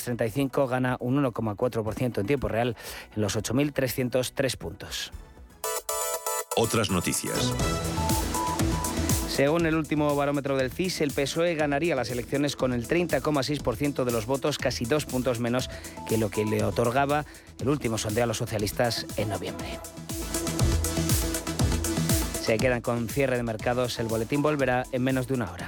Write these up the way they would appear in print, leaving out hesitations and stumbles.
35 gana un 1,4% en tiempo real en los 8.303 puntos. Otras noticias. Según el último barómetro del CIS, el PSOE ganaría las elecciones con el 30,6% de los votos, casi 2 puntos menos que lo que le otorgaba el último sondeo a los socialistas en noviembre. Se quedan con cierre de mercados. El boletín volverá en menos de una hora.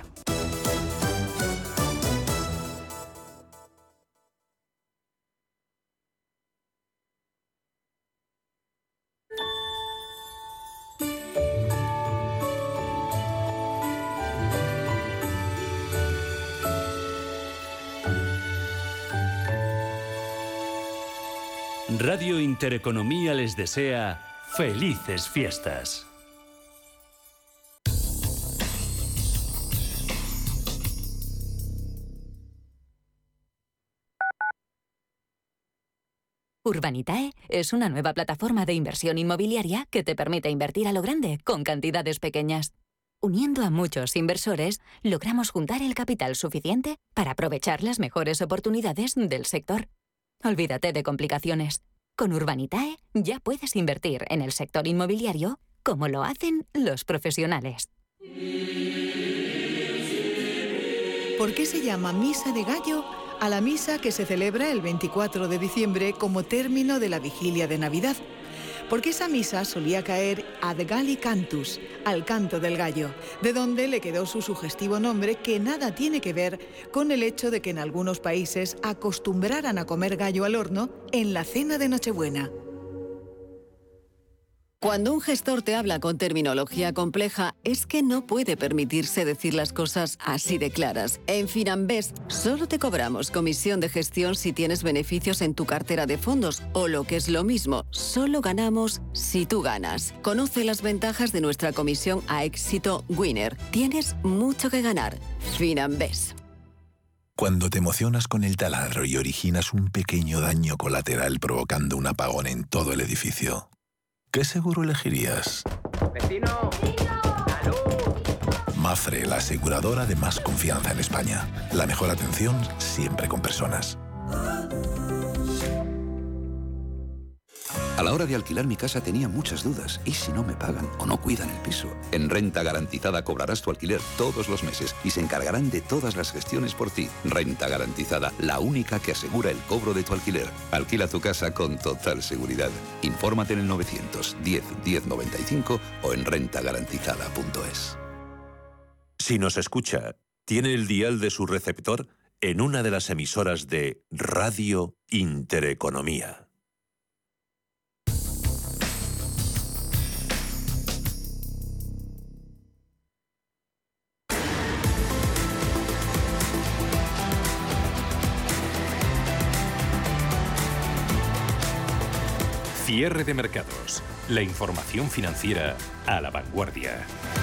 Radio Intereconomía les desea felices fiestas. Urbanitae es una nueva plataforma de inversión inmobiliaria que te permite invertir a lo grande con cantidades pequeñas. Uniendo a muchos inversores, logramos juntar el capital suficiente para aprovechar las mejores oportunidades del sector. Olvídate de complicaciones. Con Urbanitae ya puedes invertir en el sector inmobiliario como lo hacen los profesionales. ¿Por qué se llama Misa de Gallo a la misa que se celebra el 24 de diciembre como término de la vigilia de Navidad? Porque esa misa solía caer ad Galli Cantus, al canto del gallo, de donde le quedó su sugestivo nombre, que nada tiene que ver con el hecho de que en algunos países acostumbraran a comer gallo al horno en la cena de Nochebuena. Cuando un gestor te habla con terminología compleja, es que no puede permitirse decir las cosas así de claras. En Finanbest solo te cobramos comisión de gestión si tienes beneficios en tu cartera de fondos, o lo que es lo mismo, solo ganamos si tú ganas. Conoce las ventajas de nuestra comisión a éxito Winner. Tienes mucho que ganar. Finanbest. Cuando te emocionas con el taladro y originas un pequeño daño colateral provocando un apagón en todo el edificio, ¿qué seguro elegirías? ¡Vecino! Mafre, la aseguradora de más confianza en España. La mejor atención siempre con personas. A la hora de alquilar mi casa tenía muchas dudas. ¿Y si no me pagan o no cuidan el piso? En Renta Garantizada cobrarás tu alquiler todos los meses y se encargarán de todas las gestiones por ti. Renta Garantizada, la única que asegura el cobro de tu alquiler. Alquila tu casa con total seguridad. Infórmate en el 910 1095 o en rentagarantizada.es. Si nos escucha, tiene el dial de su receptor en una de las emisoras de Radio Intereconomía. Cierre de mercados. La información financiera a la vanguardia.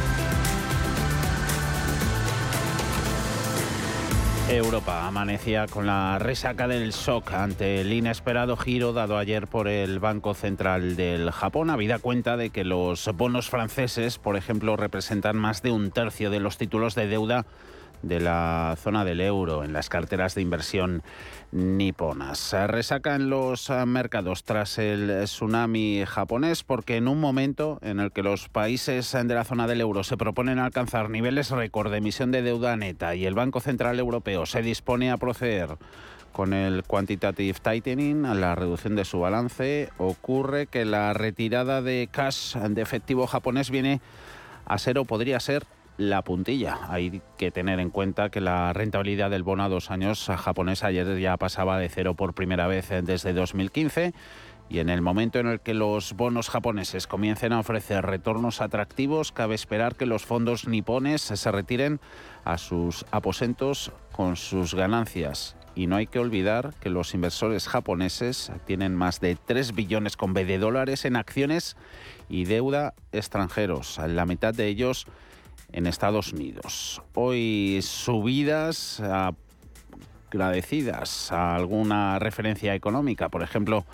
Europa amanecía con la resaca del shock ante el inesperado giro dado ayer por el Banco Central del Japón, habida cuenta de que los bonos franceses, por ejemplo, representan más de un tercio de los títulos de deuda de la zona del euro en las carteras de inversión niponas. Resaca en los mercados tras el tsunami japonés, porque en un momento en el que los países de la zona del euro se proponen alcanzar niveles récord de emisión de deuda neta y el Banco Central Europeo se dispone a proceder con el quantitative tightening, a la reducción de su balance, ocurre que la retirada de cash de efectivo japonés viene a ser o podría ser la puntilla. Hay que tener en cuenta que la rentabilidad del bono a 2 años japonés ayer ya pasaba de cero por primera vez desde 2015 y en el momento en el que los bonos japoneses comiencen a ofrecer retornos atractivos, cabe esperar que los fondos nipones se retiren a sus aposentos con sus ganancias. Y no hay que olvidar que los inversores japoneses tienen más de 3 billones con B de dólares en acciones y deuda extranjeros, la mitad de ellos en Estados Unidos. Hoy subidas agradecidas a alguna referencia económica, por ejemplo,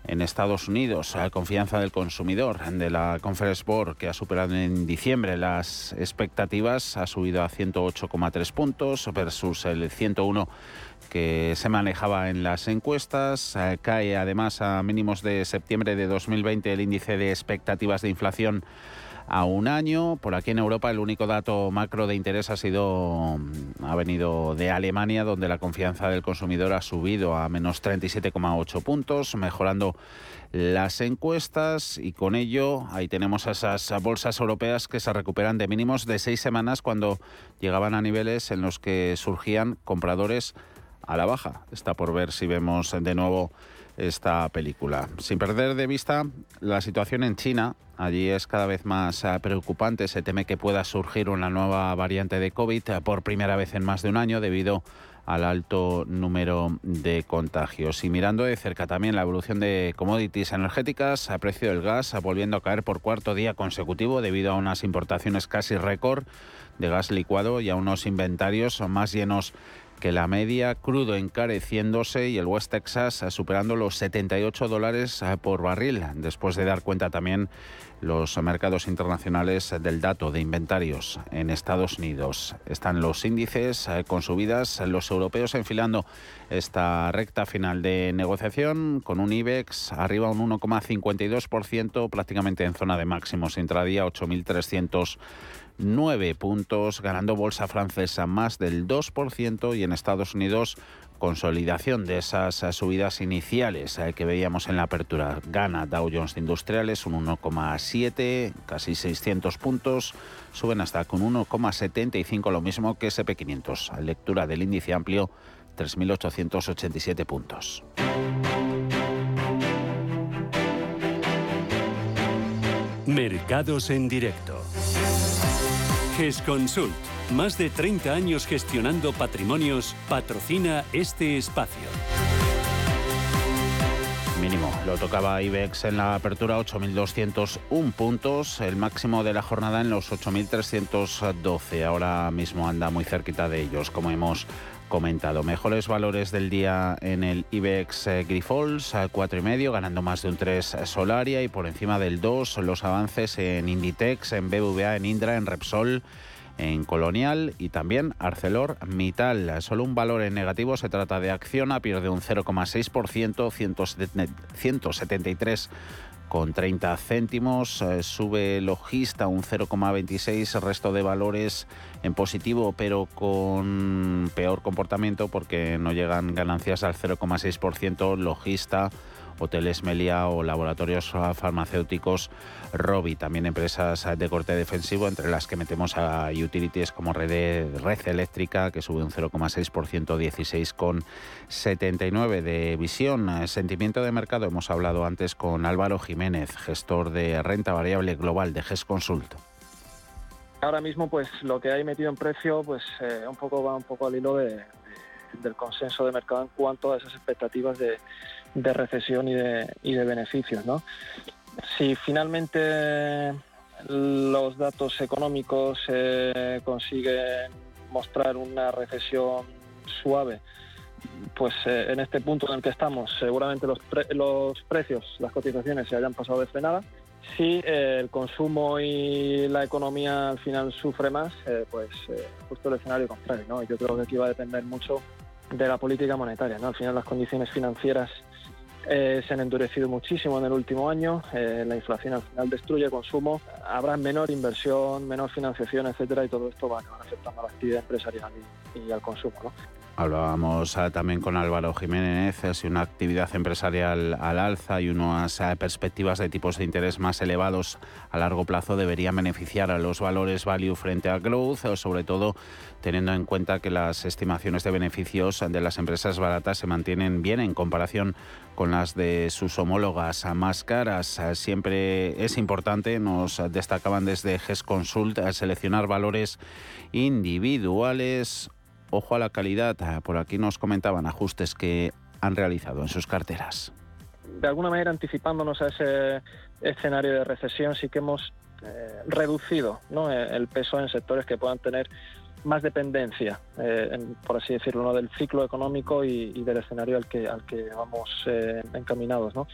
En Estados Unidos, la confianza del consumidor de la Conference Board, que ha superado en diciembre las expectativas, ha subido a 108,3 puntos versus el 101 que se manejaba en las encuestas. Cae además a mínimos de septiembre de 2020 el índice de expectativas de inflación a un año. Por aquí en Europa el único dato macro de interés ha venido de Alemania, donde la confianza del consumidor ha subido a menos 37,8 puntos, mejorando las encuestas, y con ello ahí tenemos a esas bolsas europeas que se recuperan de mínimos de 6 semanas cuando llegaban a niveles en los que surgían compradores a la baja. Está por ver si vemos de nuevo esta película. Sin perder de vista la situación en China, allí es cada vez más preocupante. Se teme que pueda surgir una nueva variante de COVID por primera vez en más de un año debido al alto número de contagios. Y mirando de cerca también la evolución de commodities energéticas, a precio del gas volviendo a caer por cuarto día consecutivo debido a unas importaciones casi récord de gas licuado y a unos inventarios más llenos que la media, crudo encareciéndose y el West Texas superando los $78 por barril, después de dar cuenta también los mercados internacionales del dato de inventarios en Estados Unidos. Están los índices con subidas, los europeos enfilando esta recta final de negociación, con un IBEX arriba un 1,52%, prácticamente en zona de máximos intradía, 8.309 puntos, ganando bolsa francesa más del 2%, y en Estados Unidos consolidación de esas subidas iniciales que veíamos en la apertura. Gana Dow Jones de Industriales un 1,7, casi 600 puntos, suben hasta con 1,75, lo mismo que SP500. Lectura del índice amplio, 3.887 puntos. Mercados en directo. GESConsult, más de 30 años gestionando patrimonios, patrocina este espacio. Mínimo, lo tocaba IBEX en la apertura, 8.201 puntos, el máximo de la jornada en los 8.312, ahora mismo anda muy cerquita de ellos, como hemos comentado. Mejores valores del día en el IBEX Grifols, 4,5, ganando más de un 3 Solaria, y por encima del 2 los avances en Inditex, en BBVA, en Indra, en Repsol, en Colonial y también ArcelorMittal. Solo un valor en negativo, se trata de Acciona, pierde un 0,6%, 173,30 céntimos. Sube Logista un 0,26, resto de valores en positivo pero con peor comportamiento porque no llegan ganancias al 0,6%. Logista, Hoteles Meliá o Laboratorios Farmacéuticos Rovi. También empresas de corte defensivo, entre las que metemos a utilities como Red Eléctrica, que sube un 0,6%, 16,79 de visión. Sentimiento de mercado, hemos hablado antes con Álvaro Jiménez, gestor de renta variable global de GESConsult. Ahora mismo, pues lo que hay metido en precio, pues va un poco al hilo del consenso de mercado en cuanto a esas expectativas de recesión y de beneficios, ¿no? Si finalmente los datos económicos consiguen mostrar una recesión suave, pues en este punto en el que estamos, seguramente los precios, las cotizaciones se hayan pasado de frenada. Si el consumo y la economía al final sufre más, pues justo el escenario contrario, ¿no? Yo creo que aquí va a depender mucho de la política monetaria, ¿no? Al final las condiciones financieras se han endurecido muchísimo en el último año, la inflación al final destruye consumo, habrá menor inversión, menor financiación, etcétera, y todo esto va a acabar afectando a la actividad empresarial y al consumo, ¿no? Hablábamos también con Álvaro Jiménez, si una actividad empresarial al alza y unas perspectivas de tipos de interés más elevados a largo plazo deberían beneficiar a los valores value frente a growth, sobre todo teniendo en cuenta que las estimaciones de beneficios de las empresas baratas se mantienen bien en comparación con las de sus homólogas más caras. Siempre es importante, nos destacaban desde GESConsult, seleccionar valores individuales. Ojo a la calidad, por aquí nos comentaban ajustes que han realizado en sus carteras. De alguna manera, anticipándonos a ese escenario de recesión, sí que hemos reducido, ¿no?, el peso en sectores que puedan tener más dependencia, por así decirlo, ¿no?, del ciclo económico y del escenario al que vamos encaminados, ¿no?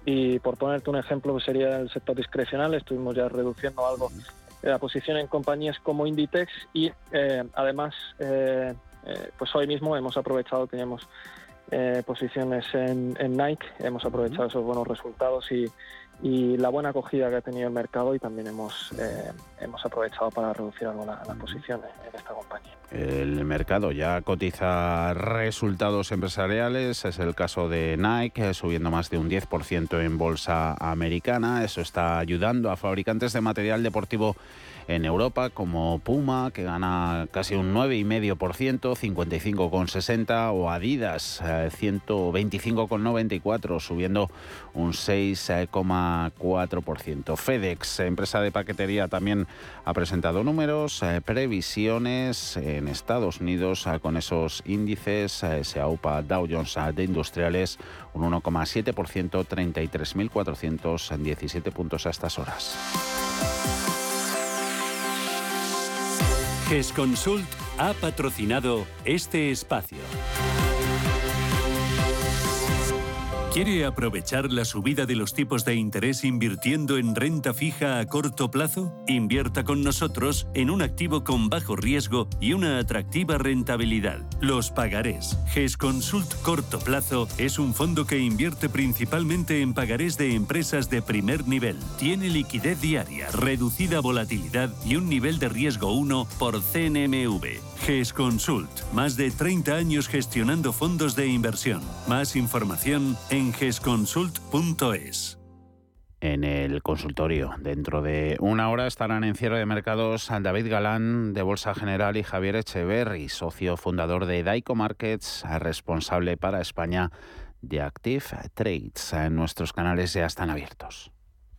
Y por ponerte un ejemplo, pues sería el sector discrecional. Estuvimos ya reduciendo algo la posición en compañías como Inditex y además pues hoy mismo hemos aprovechado, teníamos posiciones en Nike, hemos aprovechado esos buenos resultados y la buena acogida que ha tenido el mercado, y también hemos aprovechado para reducir algo la posición en esta compañía. El mercado ya cotiza resultados empresariales, es el caso de Nike, subiendo más de un 10% en bolsa americana. Eso está ayudando a fabricantes de material deportivo en Europa, como Puma, que gana casi un 9,5%, 55,60, o Adidas, 125,94, subiendo un 6,4%. FedEx, empresa de paquetería, también ha presentado números, previsiones en Estados Unidos con esos índices. Se aupa Dow Jones de Industriales un 1,7%, 33.417 puntos a estas horas. GESConsult ha patrocinado este espacio. ¿Quiere aprovechar la subida de los tipos de interés invirtiendo en renta fija a corto plazo? Invierta con nosotros en un activo con bajo riesgo y una atractiva rentabilidad. Los pagarés. GESConsult Corto Plazo es un fondo que invierte principalmente en pagarés de empresas de primer nivel. Tiene liquidez diaria, reducida volatilidad y un nivel de riesgo 1 por CNMV. GESConsult. Más de 30 años gestionando fondos de inversión. Más información en gesconsult.es. En el consultorio, dentro de una hora, estarán en cierre de mercados David Galán, de Bolsa General, y Javier Echeverri, socio fundador de Daico Markets, responsable para España de Active Trades. Nuestros canales ya están abiertos.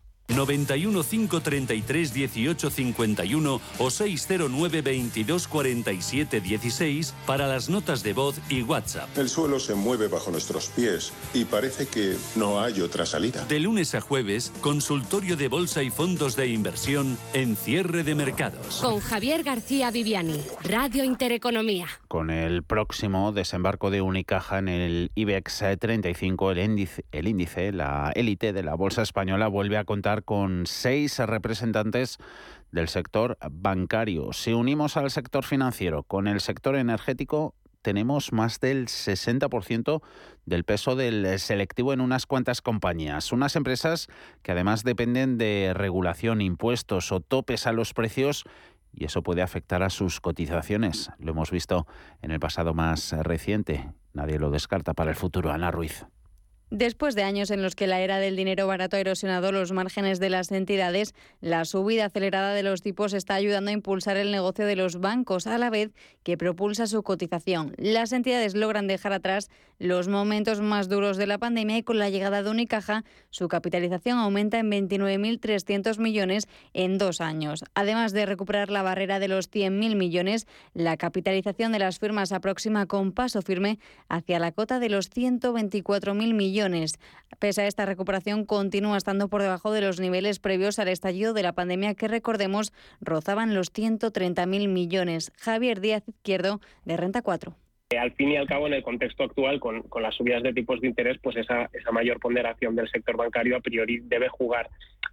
91 533 18 51 o 609 22 47 16 para las notas de voz y WhatsApp. El suelo se mueve bajo nuestros pies y parece que no hay otra salida. De lunes a jueves, consultorio de bolsa y fondos de inversión en cierre de mercados. Con Javier García Viviani, Radio Intereconomía. Con el próximo desembarco de Unicaja en el IBEX 35, el índice, la élite de la bolsa española, vuelve a contar con 6 representantes del sector bancario. Si unimos al sector financiero con el sector energético, tenemos más del 60% del peso del selectivo en unas cuantas compañías. Unas empresas que además dependen de regulación, impuestos o topes a los precios, y eso puede afectar a sus cotizaciones. Lo hemos visto en el pasado más reciente. Nadie lo descarta para el futuro. Ana Ruiz. Después de años en los que la era del dinero barato ha erosionado los márgenes de las entidades, la subida acelerada de los tipos está ayudando a impulsar el negocio de los bancos, a la vez que propulsa su cotización. Las entidades logran dejar atrás los momentos más duros de la pandemia y con la llegada de Unicaja, su capitalización aumenta en 29.300 millones en 2 años. Además de recuperar la barrera de los 100.000 millones, la capitalización de las firmas aproxima con paso firme hacia la cota de los 124.000 millones. Pese a esta recuperación, continúa estando por debajo de los niveles previos al estallido de la pandemia, que, recordemos, rozaban los 130.000 millones. Javier Díaz Izquierdo, de Renta 4. Al fin y al cabo, en el contexto actual, con las subidas de tipos de interés, pues esa mayor ponderación del sector bancario a priori debe jugar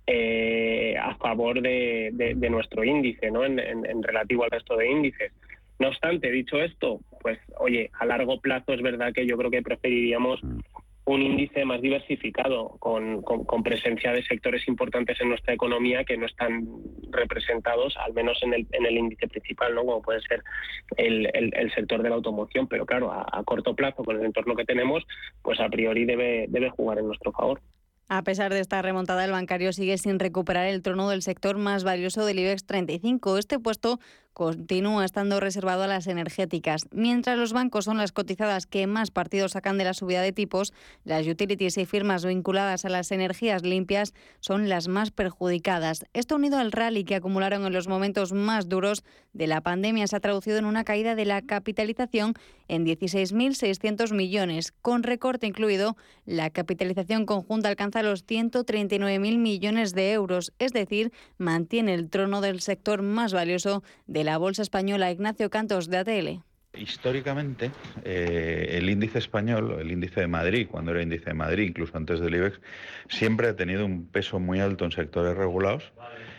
a favor de nuestro índice, ¿no? En relativo al resto de índices. No obstante, dicho esto, pues oye, a largo plazo es verdad que yo creo que preferiríamos un índice más diversificado, con presencia de sectores importantes en nuestra economía que no están representados, al menos en el índice principal, ¿no? Como puede ser el sector de la automoción. Pero claro, a corto plazo, con el entorno que tenemos, pues a priori debe jugar en nuestro favor. A pesar de esta remontada, el bancario sigue sin recuperar el trono del sector más valioso del IBEX 35. Este puesto continúa estando reservado a las energéticas. Mientras los bancos son las cotizadas que más partido sacan de la subida de tipos, las utilities y firmas vinculadas a las energías limpias son las más perjudicadas. Esto, unido al rally que acumularon en los momentos más duros de la pandemia, se ha traducido en una caída de la capitalización en 16.600 millones. Con recorte incluido, la capitalización conjunta alcanza los 139.000 millones de euros, es decir, mantiene el trono del sector más valioso de la bolsa española. Ignacio Cantos, de ATL. Históricamente, el índice español, el índice de Madrid, cuando era índice de Madrid, incluso antes del IBEX, siempre ha tenido un peso muy alto en sectores regulados,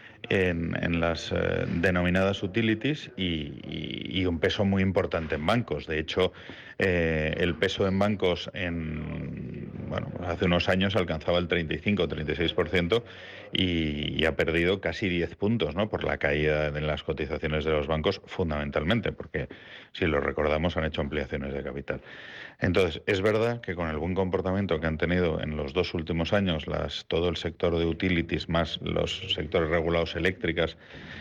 en las denominadas utilities y un peso muy importante en bancos. De hecho, el peso en bancos hace unos años alcanzaba el 35-36% y ha perdido casi 10 puntos, ¿no?, por la caída en las cotizaciones de los bancos, fundamentalmente, porque si lo recordamos han hecho ampliaciones de capital. Entonces, es verdad que con el buen comportamiento que han tenido en los 2 últimos años todo el sector de utilities más los sectores regulados eléctricas,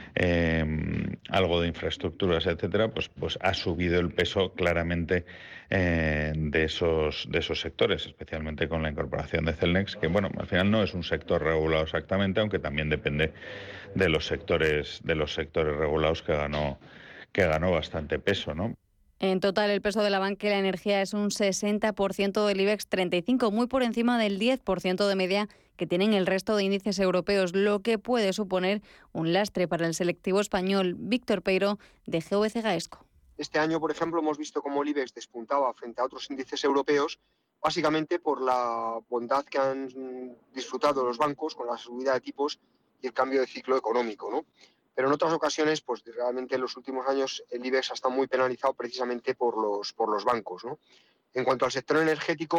algo de infraestructuras, etcétera, pues ha subido el peso claramente de esos sectores, especialmente con la incorporación de Celnex, que al final no es un sector regulado exactamente, aunque también depende de los sectores regulados que ganó bastante peso, ¿no? En total, el peso de la banca y la energía es un 60% del IBEX 35, muy por encima del 10% de media que tienen el resto de índices europeos, lo que puede suponer un lastre para el selectivo español. Víctor Peiro, de GVC Gaesco. Este año, por ejemplo, hemos visto cómo el IBEX despuntaba frente a otros índices europeos, básicamente por la bondad que han disfrutado los bancos con la subida de tipos y el cambio de ciclo económico, ¿no? Pero en otras ocasiones, pues realmente en los últimos años el IBEX ha estado muy penalizado precisamente por los bancos, ¿no? En cuanto al sector energético,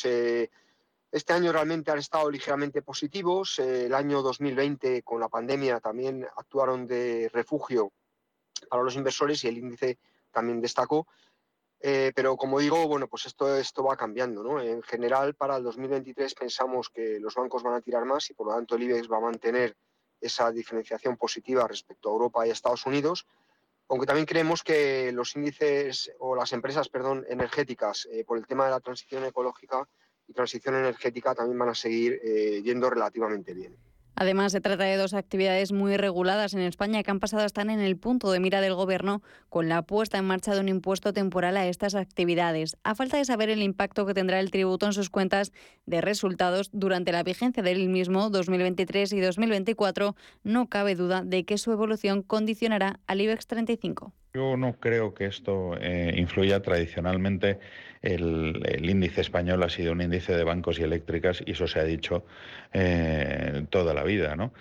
este año realmente han estado ligeramente positivos. El año 2020, con la pandemia, también actuaron de refugio para los inversores y el índice también destacó. Pero como digo, pues esto va cambiando, ¿no? En general, para el 2023 pensamos que los bancos van a tirar más y por lo tanto el IBEX va a mantener esa diferenciación positiva respecto a Europa y a Estados Unidos, aunque también creemos que los índices o las empresas, energéticas, por el tema de la transición ecológica y transición energética, también van a seguir yendo relativamente bien. Además, se trata de 2 actividades muy reguladas en España que han pasado a estar en el punto de mira del Gobierno con la puesta en marcha de un impuesto temporal a estas actividades. A falta de saber el impacto que tendrá el tributo en sus cuentas de resultados durante la vigencia del mismo 2023 y 2024, no cabe duda de que su evolución condicionará al IBEX 35. Yo no creo que esto influya. Tradicionalmente el índice español ha sido un índice de bancos y eléctricas y eso se ha dicho toda la vida, ¿no?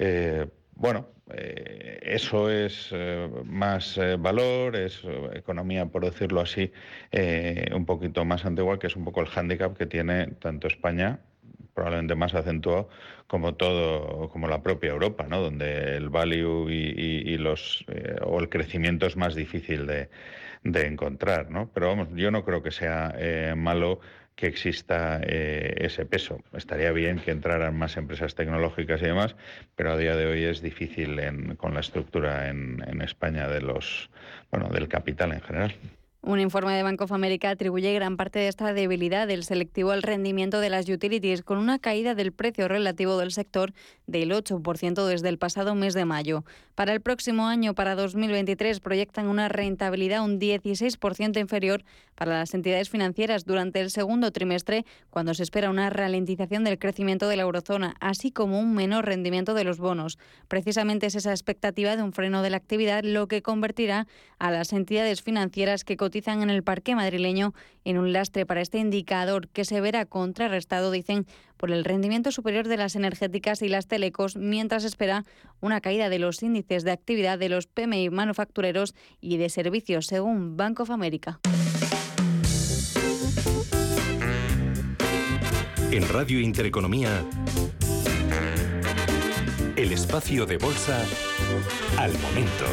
Eso es más valor, es economía, por decirlo así, un poquito más antigua, que es un poco el hándicap que tiene tanto España, probablemente más acentuado, como la propia Europa, ¿no?, donde el value o el crecimiento es más difícil de encontrar, ¿no? Pero yo no creo que sea malo que exista ese peso. Estaría bien que entraran más empresas tecnológicas y demás, pero a día de hoy es difícil con la estructura en España del capital en general. Un informe de Bank of America atribuye gran parte de esta debilidad del selectivo al rendimiento de las utilities, con una caída del precio relativo del sector del 8% desde el pasado mes de mayo. Para el próximo año, para 2023, proyectan una rentabilidad un 16% inferior para las entidades financieras durante el segundo trimestre, cuando se espera una ralentización del crecimiento de la eurozona, así como un menor rendimiento de los bonos. Precisamente es esa expectativa de un freno de la actividad lo que convertirá a las entidades financieras que cotizan en el parque madrileño en un lastre para este indicador, que se verá contrarrestado, dicen, por el rendimiento superior de las energéticas y las telecos, mientras espera una caída de los índices de actividad de los PMI manufactureros y de servicios, según Bank of America. En Radio Intereconomía, el espacio de bolsa al momento.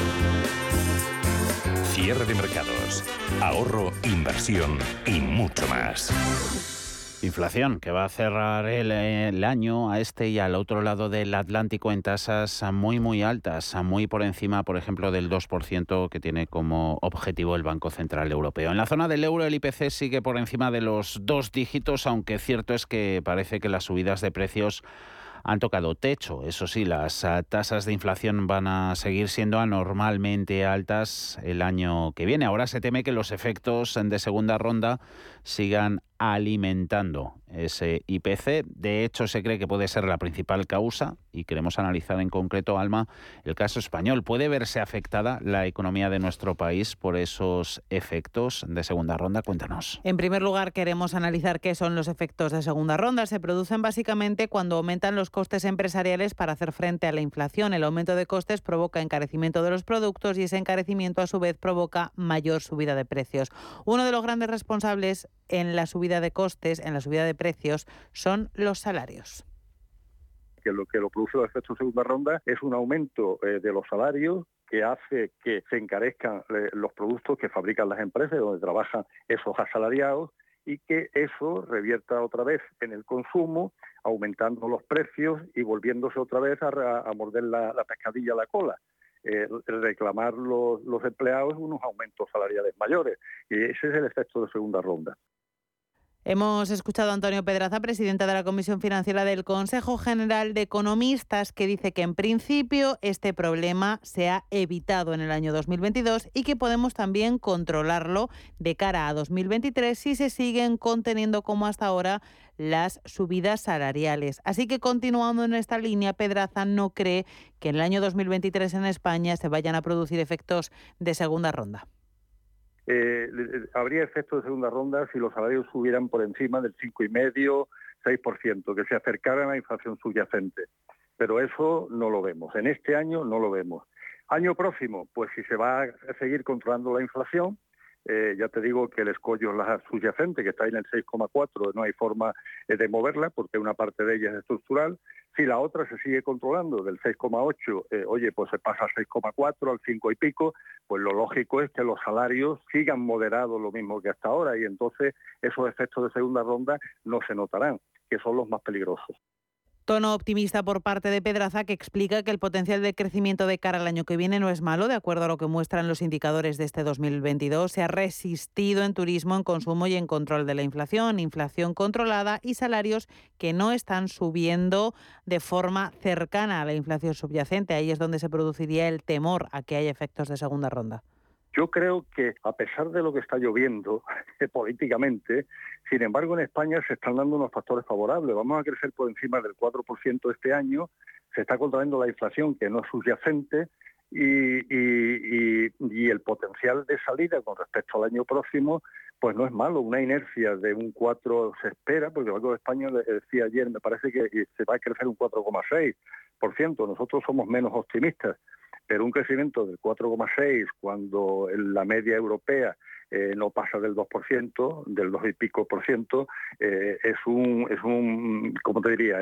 Cierre de mercados, ahorro, inversión y mucho más. Inflación que va a cerrar el año a este y al otro lado del Atlántico en tasas muy altas, muy por encima, por ejemplo, del 2% que tiene como objetivo el Banco Central Europeo. En la zona del euro el IPC sigue por encima de los 2 dígitos, aunque cierto es que parece que las subidas de precios han tocado techo. Eso sí, las tasas de inflación van a seguir siendo anormalmente altas el año que viene. Ahora se teme que los efectos de segunda ronda sigan alimentando ese IPC. De hecho, se cree que puede ser la principal causa y queremos analizar en concreto, Alma, el caso español. ¿Puede verse afectada la economía de nuestro país por esos efectos de segunda ronda? Cuéntanos. En primer lugar, queremos analizar qué son los efectos de segunda ronda. Se producen básicamente cuando aumentan los costes empresariales para hacer frente a la inflación. El aumento de costes provoca encarecimiento de los productos y ese encarecimiento a su vez provoca mayor subida de precios. Uno de los grandes responsables en la subida de costes, en la subida de precios, son los salarios. Que lo produce los efectos de segunda ronda es un aumento de los salarios que hace que se encarezcan los productos que fabrican las empresas donde trabajan esos asalariados y que eso revierta otra vez en el consumo, aumentando los precios y volviéndose otra vez a morder la pescadilla a la cola. Reclamar los empleados unos aumentos salariales mayores y ese es el efecto de segunda ronda. Hemos escuchado a Antonio Pedraza, presidente de la Comisión Financiera del Consejo General de Economistas, que dice que en principio este problema se ha evitado en el año 2022 y que podemos también controlarlo de cara a 2023 si se siguen conteniendo como hasta ahora las subidas salariales. Así que continuando en esta línea, Pedraza no cree que en el año 2023 en España se vayan a producir efectos de segunda ronda. Habría efectos de segunda ronda si los salarios subieran por encima del 5,5%, 6%, que se acercaran a la inflación subyacente. Pero eso no lo vemos. En este año no lo vemos. Año próximo, pues si se va a seguir controlando la inflación, ya te digo que el escollo es la subyacente, que está ahí en el 6,4%, no hay forma de moverla porque una parte de ella es estructural. Si la otra se sigue controlando del 6,8%, pues se pasa al 6,4%, al 5 y pico, pues lo lógico es que los salarios sigan moderados lo mismo que hasta ahora y entonces esos efectos de segunda ronda no se notarán, que son los más peligrosos. Tono optimista por parte de Pedraza, que explica que el potencial de crecimiento de cara al año que viene no es malo, de acuerdo a lo que muestran los indicadores de este 2022. Se ha resistido en turismo, en consumo y en control de la inflación controlada y salarios que no están subiendo de forma cercana a la inflación subyacente. Ahí es donde se produciría el temor a que haya efectos de segunda ronda. Yo creo que, a pesar de lo que está lloviendo políticamente, sin embargo, en España se están dando unos factores favorables. Vamos a crecer por encima del 4% este año, se está contrayendo la inflación, que no es subyacente, y el potencial de salida con respecto al año próximo, pues no es malo. Una inercia de un 4 se espera, porque el Banco de España decía ayer, me parece que se va a crecer un 4,6%. Nosotros somos menos optimistas. Pero un crecimiento del 4,6% cuando la media europea no pasa del 2%, del 2 y pico por ciento, es un ¿cómo te diría?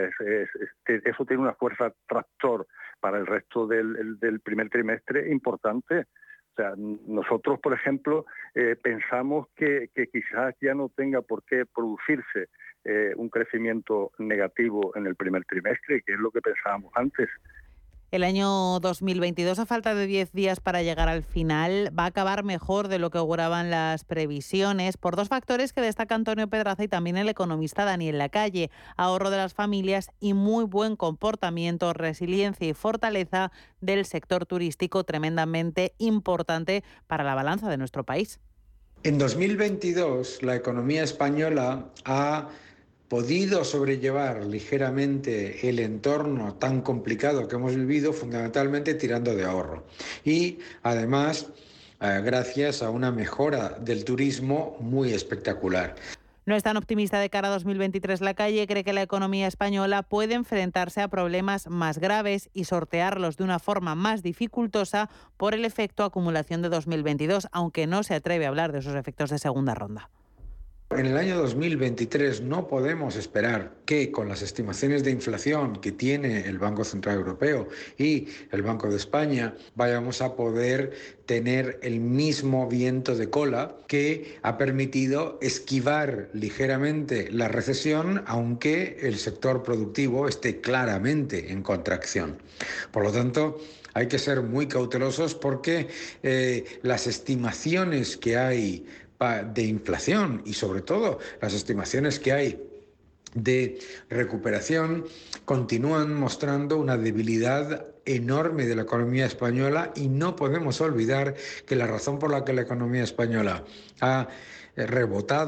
Eso tiene una fuerza tractor para el resto del primer trimestre importante. O sea, nosotros, por ejemplo, pensamos que quizás ya no tenga por qué producirse un crecimiento negativo en el primer trimestre, que es lo que pensábamos antes. El año 2022, a falta de 10 días para llegar al final, va a acabar mejor de lo que auguraban las previsiones por dos factores que destaca Antonio Pedraza y también el economista Daniel Lacalle: ahorro de las familias y muy buen comportamiento, resiliencia y fortaleza del sector turístico, tremendamente importante para la balanza de nuestro país. En 2022, la economía española ha podido sobrellevar ligeramente el entorno tan complicado que hemos vivido, fundamentalmente tirando de ahorro. Y además, gracias a una mejora del turismo muy espectacular. No es tan optimista de cara a 2023 Lacalle, cree que la economía española puede enfrentarse a problemas más graves y sortearlos de una forma más dificultosa por el efecto acumulación de 2022, aunque no se atreve a hablar de esos efectos de segunda ronda. En el año 2023 no podemos esperar que con las estimaciones de inflación que tiene el Banco Central Europeo y el Banco de España vayamos a poder tener el mismo viento de cola que ha permitido esquivar ligeramente la recesión, aunque el sector productivo esté claramente en contracción. Por lo tanto, hay que ser muy cautelosos porque las estimaciones que hay de inflación y sobre todo las estimaciones que hay de recuperación continúan mostrando una debilidad enorme de la economía española y no podemos olvidar que la razón por la que la economía española ha rebotado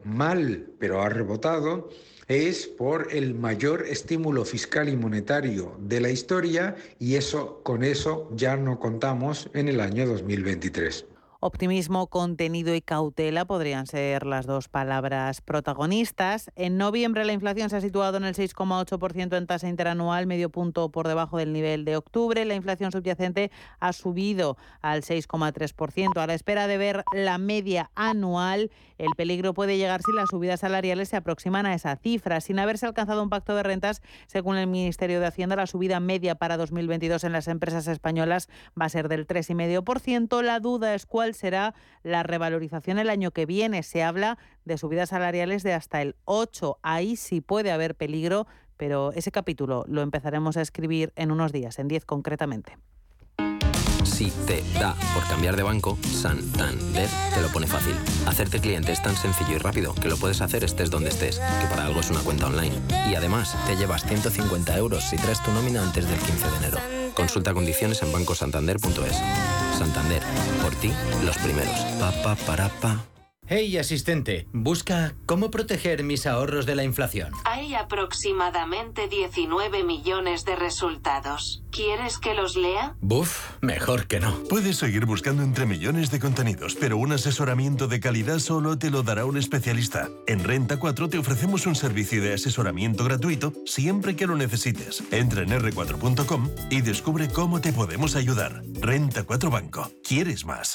mal, pero ha rebotado, es por el mayor estímulo fiscal y monetario de la historia, y con eso ya no contamos en el año 2023. Optimismo, contenido y cautela podrían ser las dos palabras protagonistas. En noviembre la inflación se ha situado en el 6,8% en tasa interanual, medio punto por debajo del nivel de octubre. La inflación subyacente ha subido al 6,3%. A la espera de ver la media anual, el peligro puede llegar si las subidas salariales se aproximan a esa cifra. Sin haberse alcanzado un pacto de rentas, según el Ministerio de Hacienda, la subida media para 2022 en las empresas españolas va a ser del 3,5%. La duda es cuál será la revalorización el año que viene. Se habla de subidas salariales de hasta el 8%. Ahí sí puede haber peligro, pero ese capítulo lo empezaremos a escribir en unos días, en 10 concretamente. Si te da por cambiar de banco, Santander te lo pone fácil. Hacerte cliente es tan sencillo y rápido que lo puedes hacer estés donde estés, que para algo es una cuenta online. Y además, te llevas 150 euros si traes tu nómina antes del 15 de enero. Consulta condiciones en bancosantander.es. Santander, por ti, los primeros. Pa. Hey, asistente, busca cómo proteger mis ahorros de la inflación. Hay aproximadamente 19 millones de resultados. ¿Quieres que los lea? Buf, mejor que no. Puedes seguir buscando entre millones de contenidos, pero un asesoramiento de calidad solo te lo dará un especialista. En Renta 4 te ofrecemos un servicio de asesoramiento gratuito siempre que lo necesites. Entra en r4.com y descubre cómo te podemos ayudar. Renta 4 Banco. ¿Quieres más?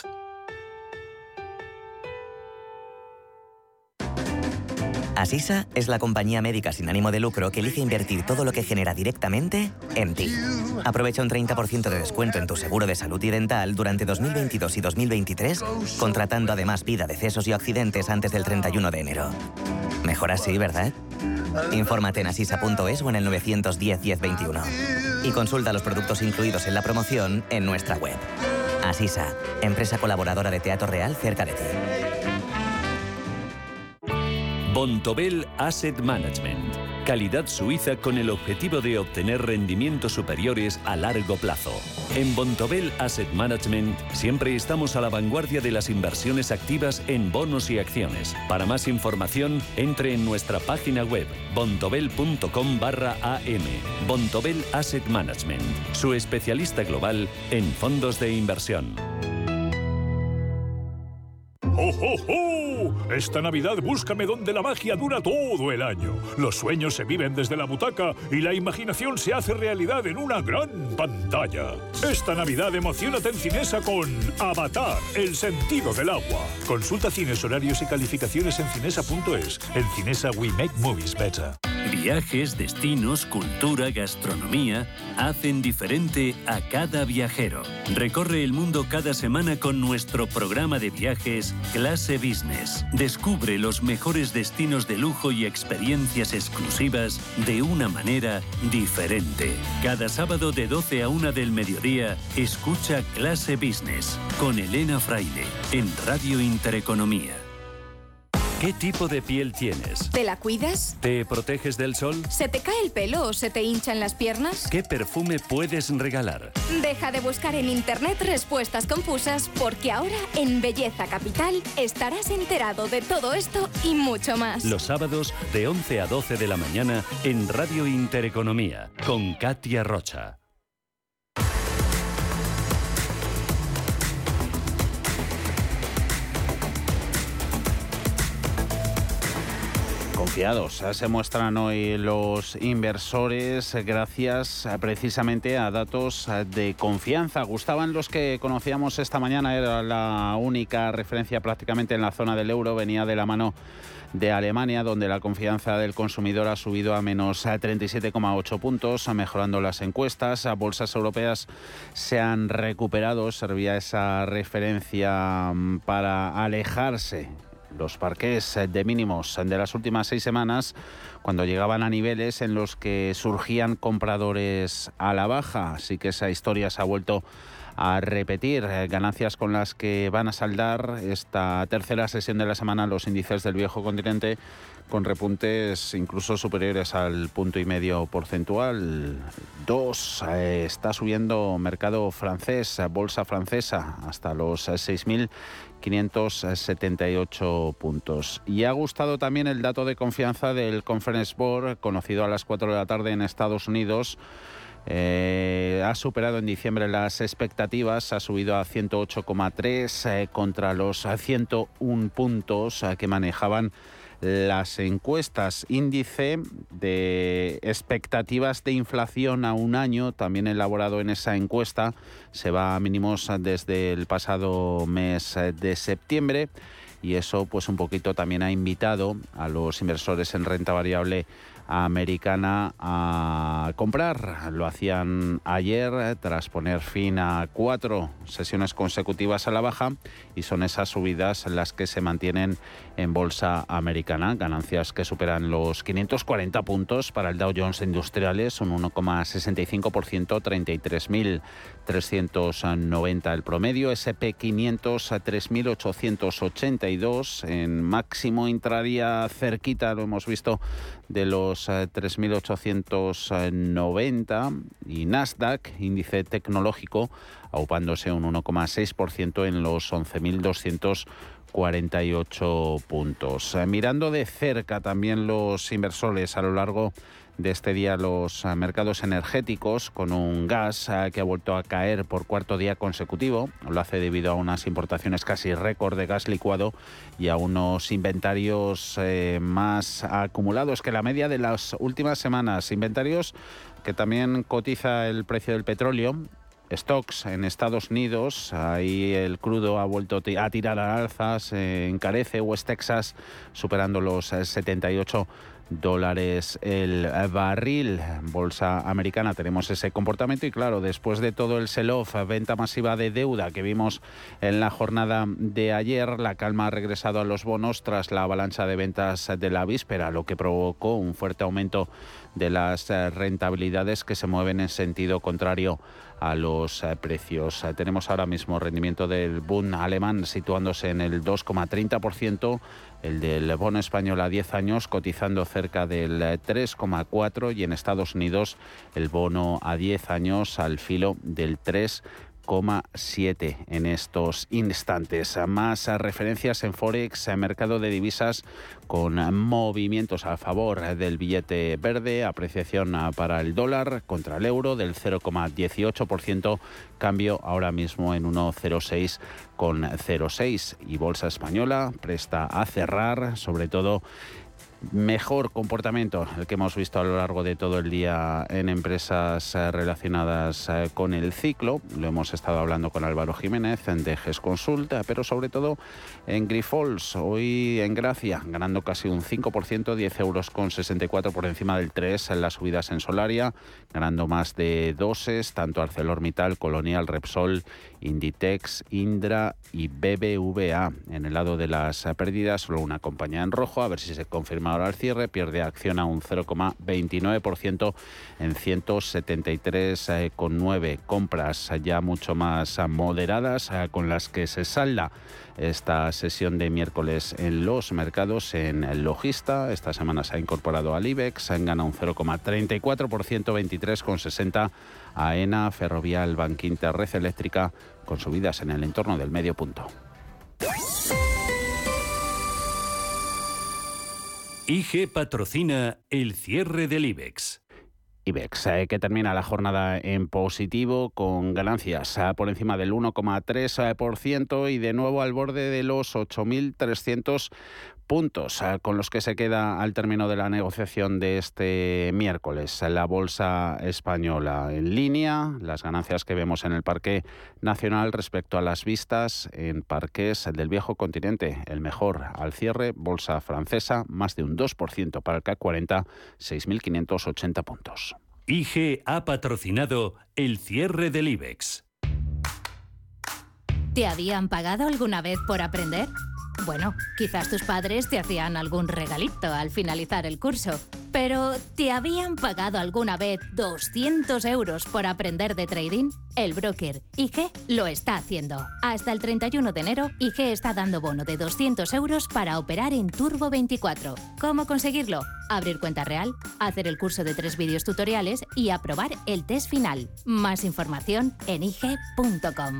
Asisa es la compañía médica sin ánimo de lucro que elige invertir todo lo que genera directamente en ti. Aprovecha un 30% de descuento en tu seguro de salud y dental durante 2022 y 2023, contratando además vida, decesos y accidentes antes del 31 de enero. Mejor así, ¿verdad? Infórmate en asisa.es o en el 910 1021. Y consulta los productos incluidos en la promoción en nuestra web. Asisa, empresa colaboradora de Teatro Real cerca de ti. Bontobel Asset Management. Calidad suiza con el objetivo de obtener rendimientos superiores a largo plazo. En Bontobel Asset Management siempre estamos a la vanguardia de las inversiones activas en bonos y acciones. Para más información, entre en nuestra página web bontobel.com/am. Bontobel Asset Management, su especialista global en fondos de inversión. ¡Oh, oh, oh! Esta Navidad búscame donde la magia dura todo el año. Los sueños se viven desde la butaca y la imaginación se hace realidad en una gran pantalla. Esta Navidad emociónate en Cinesa con Avatar, el sentido del agua. Consulta cines, horarios y calificaciones en cinesa.es. En Cinesa we make movies better. Viajes, destinos, cultura, gastronomía hacen diferente a cada viajero. Recorre el mundo cada semana con nuestro programa de viajes Clase Business. Descubre los mejores destinos de lujo y experiencias exclusivas de una manera diferente. Cada sábado de 12 a 1 del mediodía, escucha Clase Business con Elena Fraile en Radio Intereconomía. ¿Qué tipo de piel tienes? ¿Te la cuidas? ¿Te proteges del sol? ¿Se te cae el pelo o se te hinchan las piernas? ¿Qué perfume puedes regalar? Deja de buscar en internet respuestas confusas, porque ahora en Belleza Capital estarás enterado de todo esto y mucho más. Los sábados de 11 a 12 de la mañana en Radio Intereconomía con Katia Rocha. Confiados se muestran hoy los inversores gracias precisamente a datos de confianza. Gustaban los que conocíamos esta mañana, era la única referencia prácticamente en la zona del euro, venía de la mano de Alemania, donde la confianza del consumidor ha subido a menos 37,8 puntos, mejorando las encuestas. A bolsas europeas se han recuperado, servía esa referencia para alejarse los parqués de mínimos de las últimas 6 semanas, cuando llegaban a niveles en los que surgían compradores a la baja. Así que esa historia se ha vuelto a repetir. Ganancias con las que van a saldar esta tercera sesión de la semana los índices del viejo continente, con repuntes incluso superiores al 1,5 porcentual. 2. Está subiendo mercado francés, bolsa francesa, hasta los 6.578 puntos. Y ha gustado también el dato de confianza del Conference Board, conocido a las 4 de la tarde en Estados Unidos. Ha superado en diciembre las expectativas, ha subido a 108,3 contra los 101 puntos que manejaban las encuestas. Índice de expectativas de inflación a un año, también elaborado en esa encuesta, se va a mínimos desde el pasado mes de septiembre, y eso pues un poquito también ha invitado a los inversores en renta variable americana a comprar. Lo hacían ayer tras poner fin a 4 sesiones consecutivas a la baja, y son esas subidas las que se mantienen en bolsa americana. Ganancias que superan los 540 puntos para el Dow Jones Industriales, un 1,65%, 33.390 el promedio. S&P 500 a 3.882, en máximo intraría cerquita, lo hemos visto, de los 3.890, y Nasdaq, índice tecnológico, aupándose un 1,6% en los 11.248 puntos. Mirando de cerca también los inversores a lo largo de este día los mercados energéticos, con un gas que ha vuelto a caer por cuarto día consecutivo. Lo hace debido a unas importaciones casi récord de gas licuado y a unos inventarios más acumulados que la media de las últimas semanas. Inventarios que también cotiza el precio del petróleo. Stocks en Estados Unidos, ahí el crudo ha vuelto a tirar al alza, se encarece. West Texas superando los 78 dólares el barril. Bolsa americana tenemos ese comportamiento, y claro, después de todo el sell-off, venta masiva de deuda que vimos en la jornada de ayer, la calma ha regresado a los bonos tras la avalancha de ventas de la víspera, lo que provocó un fuerte aumento de las rentabilidades que se mueven en sentido contrario a los precios. Tenemos ahora mismo rendimiento del Bund alemán situándose en el 2,30%, el del bono español a 10 años cotizando cerca del 3,4%, y en Estados Unidos el bono a 10 años al filo del 3,7 en estos instantes. Más referencias en Forex, mercado de divisas con movimientos a favor del billete verde, apreciación para el dólar contra el euro del 0,18%, cambio ahora mismo en 1,06,06, y bolsa española presta a cerrar, sobre todo mejor comportamiento el que hemos visto a lo largo de todo el día en empresas relacionadas con el ciclo. Lo hemos estado hablando con Álvaro Jiménez de GES Consult, pero sobre todo en Grifols, hoy en Gracia, ganando casi un 5%, 10,64 € por encima del 3 en las subidas en Solaria, ganando más de 2, tanto ArcelorMittal, Colonial, Repsol, Inditex, Indra y BBVA. En el lado de las pérdidas, solo una compañía en rojo, a ver si se confirma ahora al cierre, pierde acción a un 0,29% en 173,9. Compras ya mucho más moderadas, con las que se salda esta sesión de miércoles en los mercados. En Logista, esta semana se ha incorporado al IBEX, gana un 0,34%, 23,60. AENA, Ferrovial, Bankinter, Red Eléctrica, con subidas en el entorno del medio punto. IG patrocina el cierre del IBEX. IBEX, que termina la jornada en positivo, con ganancias por encima del 1,3% y de nuevo al borde de los 8.300 puntos, con los que se queda al término de la negociación de este miércoles. La bolsa española en línea, las ganancias que vemos en el parqué nacional respecto a las vistas en parqués del viejo continente. El mejor al cierre, bolsa francesa, más de un 2% para el CAC 40, 6.580 puntos. IG ha patrocinado el cierre del IBEX. ¿Te habían pagado alguna vez por aprender? Bueno, quizás tus padres te hacían algún regalito al finalizar el curso. Pero, ¿te habían pagado alguna vez 200 euros por aprender de trading? El broker IG lo está haciendo. Hasta el 31 de enero, IG está dando bono de 200 euros para operar en Turbo 24. ¿Cómo conseguirlo? Abrir cuenta real, hacer el curso de 3 vídeos tutoriales y aprobar el test final. Más información en ig.com.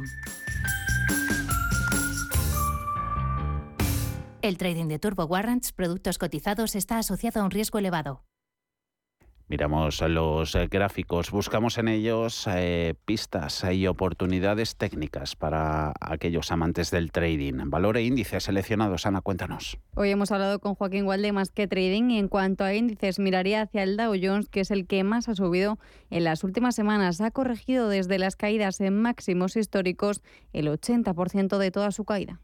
El trading de Turbo Warrants, productos cotizados, está asociado a un riesgo elevado. Miramos los gráficos, buscamos en ellos pistas y oportunidades técnicas para aquellos amantes del trading. Valor e índices seleccionados. Ana, cuéntanos. Hoy hemos hablado con Joaquín Gual de Más que Trading y en cuanto a índices miraría hacia el Dow Jones, que es el que más ha subido en las últimas semanas. Ha corregido desde las caídas en máximos históricos el 80% de toda su caída.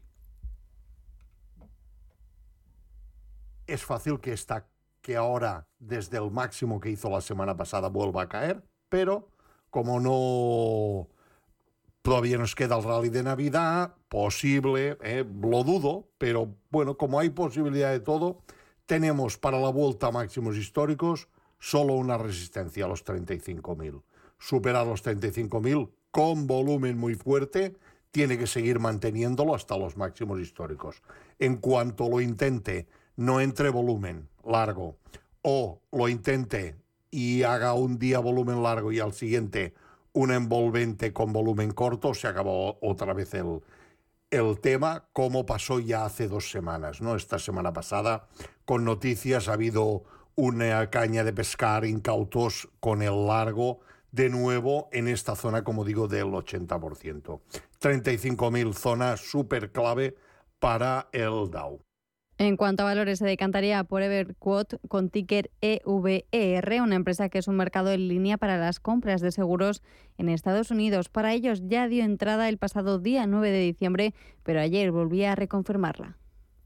Es fácil que ahora, desde el máximo que hizo la semana pasada, vuelva a caer, pero como no todavía nos queda el rally de Navidad, posible, lo dudo, pero bueno, como hay posibilidad de todo, tenemos para la vuelta a máximos históricos solo una resistencia a los 35.000. Superar los 35.000 con volumen muy fuerte, tiene que seguir manteniéndolo hasta los máximos históricos. En cuanto lo intente, no entre volumen largo o lo intente y haga un día volumen largo y al siguiente un envolvente con volumen corto, se acabó otra vez el tema, como pasó ya hace 2 semanas, ¿no? Esta semana pasada, con noticias, ha habido una caña de pescar incautos con el largo, de nuevo en esta zona, como digo, del 80%. 35.000, zona súper clave para el Dow. En cuanto a valores, se decantaría por Everquote con ticker EVER, una empresa que es un mercado en línea para las compras de seguros en Estados Unidos. Para ellos ya dio entrada el pasado día 9 de diciembre, pero ayer volvía a reconfirmarla.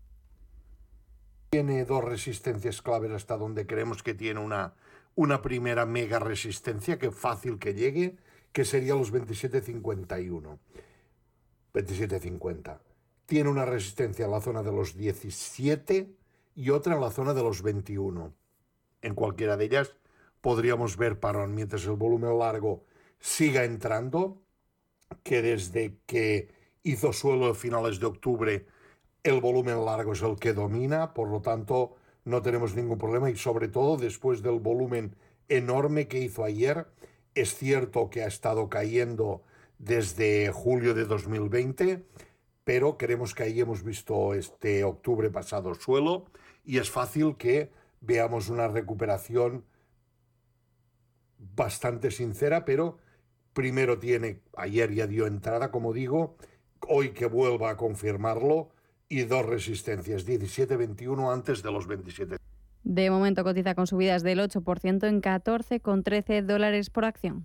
Tiene 2 resistencias claves hasta donde creemos que tiene una primera mega resistencia, que fácil que llegue, que sería los 27.51. 27.50. Tiene una resistencia en la zona de los 17 y otra en la zona de los 21. En cualquiera de ellas podríamos ver parón mientras el volumen largo siga entrando, que desde que hizo suelo a finales de octubre el volumen largo es el que domina, por lo tanto no tenemos ningún problema y sobre todo después del volumen enorme que hizo ayer. Es cierto que ha estado cayendo desde julio de 2020, pero creemos que ahí hemos visto este octubre pasado suelo y es fácil que veamos una recuperación bastante sincera, pero primero ayer ya dio entrada, como digo, hoy que vuelva a confirmarlo y 2 resistencias, 17.21 antes de los 27. De momento cotiza con subidas del 8% en $14,13 por acción.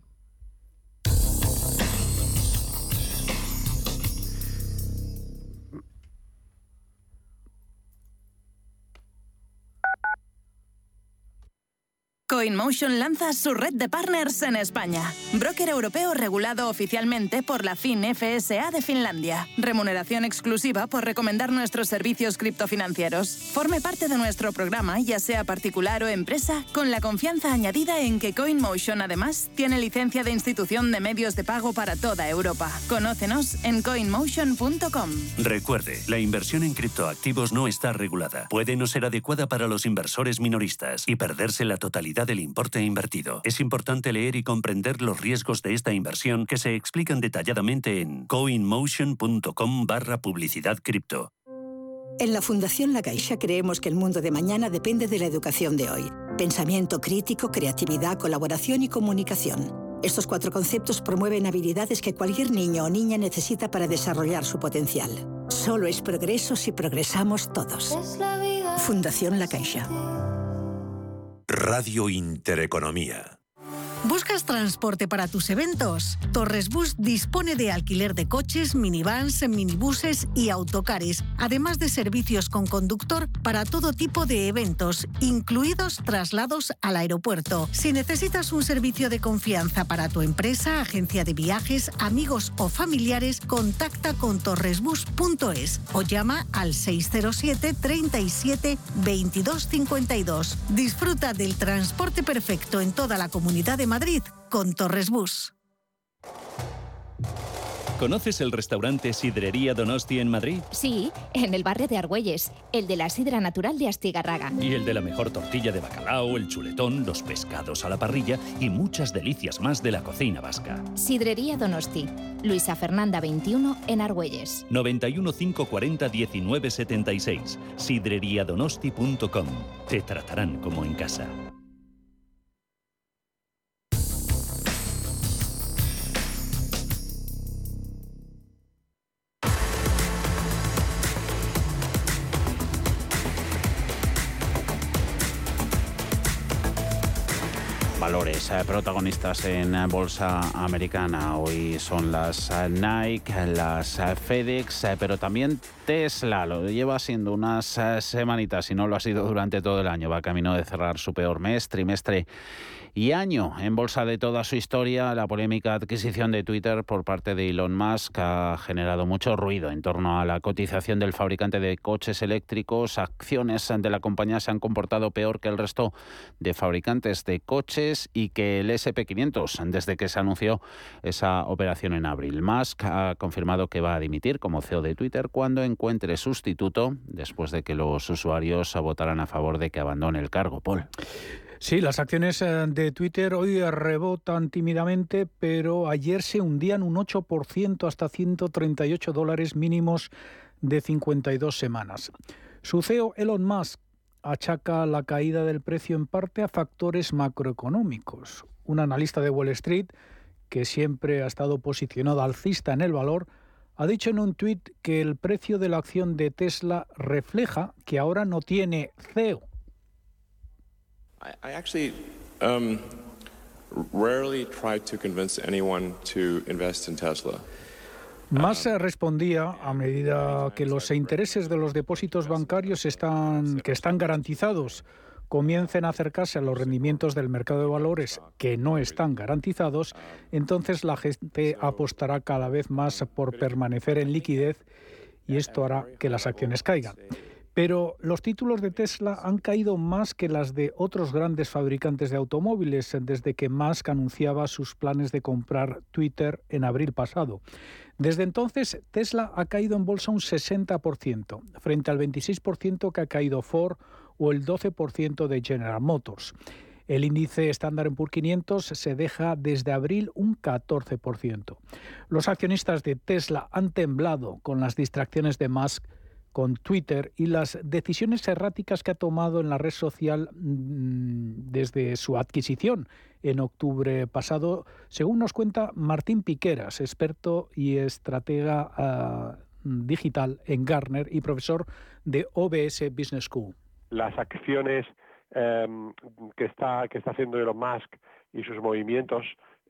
CoinMotion lanza su red de partners en España. Broker europeo regulado oficialmente por la FinFSA de Finlandia. Remuneración exclusiva por recomendar nuestros servicios criptofinancieros. Forme parte de nuestro programa, ya sea particular o empresa, con la confianza añadida en que CoinMotion además tiene licencia de institución de medios de pago para toda Europa. Conócenos en coinmotion.com. Recuerde, la inversión en criptoactivos no está regulada. Puede no ser adecuada para los inversores minoristas y perderse la totalidad del importe invertido. Es importante leer y comprender los riesgos de esta inversión que se explican detalladamente en coinmotion.com/publicidad cripto. En la Fundación La Caixa creemos que el mundo de mañana depende de la educación de hoy. Pensamiento crítico, creatividad, colaboración y comunicación. Estos 4 conceptos promueven habilidades que cualquier niño o niña necesita para desarrollar su potencial. Solo es progreso si progresamos todos. Fundación La Caixa. Radio Intereconomía. ¿Buscas transporte para tus eventos? Torres Bus dispone de alquiler de coches, minivans, minibuses y autocares, además de servicios con conductor para todo tipo de eventos, incluidos traslados al aeropuerto. Si necesitas un servicio de confianza para tu empresa, agencia de viajes, amigos o familiares, contacta con torresbus.es o llama al 607 37 22 52. Disfruta del transporte perfecto en toda la Comunidad de Madrid con Torres Bus. ¿Conoces el restaurante Sidrería Donosti en Madrid? Sí, en el barrio de Argüelles, el de la sidra natural de Astigarraga. Y el de la mejor tortilla de bacalao, el chuletón, los pescados a la parrilla y muchas delicias más de la cocina vasca. Sidrería Donosti, Luisa Fernanda 21 en Argüelles. 91 540 1976. sidreriadonosti.com. Te tratarán como en casa. Valores protagonistas en bolsa americana. Hoy son las Nike, las FedEx, pero también Tesla. Lo lleva siendo unas semanitas y no lo ha sido durante todo el año. Va camino de cerrar su peor mes, trimestre y año en bolsa de toda su historia. La polémica adquisición de Twitter por parte de Elon Musk ha generado mucho ruido en torno a la cotización del fabricante de coches eléctricos. Acciones de la compañía se han comportado peor que el resto de fabricantes de coches y que el SP500 desde que se anunció esa operación en abril. Musk ha confirmado que va a dimitir como CEO de Twitter cuando encuentre sustituto, después de que los usuarios votaran a favor de que abandone el cargo. Paul. Sí, las acciones de Twitter hoy rebotan tímidamente, pero ayer se hundían un 8% hasta $138 mínimos de 52 semanas. Su CEO Elon Musk achaca la caída del precio en parte a factores macroeconómicos. Un analista de Wall Street, que siempre ha estado posicionado alcista en el valor, ha dicho en un tuit que el precio de la acción de Tesla refleja que ahora no tiene CEO. I actually rarely try to convince anyone to invest in Tesla. Musk respondía a medida que los intereses de los depósitos bancarios están garantizados comiencen a acercarse a los rendimientos del mercado de valores que no están garantizados, entonces la gente apostará cada vez más por permanecer en liquidez y esto hará que las acciones caigan. Pero los títulos de Tesla han caído más que las de otros grandes fabricantes de automóviles desde que Musk anunciaba sus planes de comprar Twitter en abril pasado. Desde entonces, Tesla ha caído en bolsa un 60%, frente al 26% que ha caído Ford o el 12% de General Motors. El índice Standard & Poor's 500 se deja desde abril un 14%. Los accionistas de Tesla han temblado con las distracciones de Musk con Twitter y las decisiones erráticas que ha tomado en la red social desde su adquisición en octubre pasado, según nos cuenta Martín Piqueras, experto y estratega digital en Gartner y profesor de OBS Business School. Las acciones que está haciendo Elon Musk y sus movimientos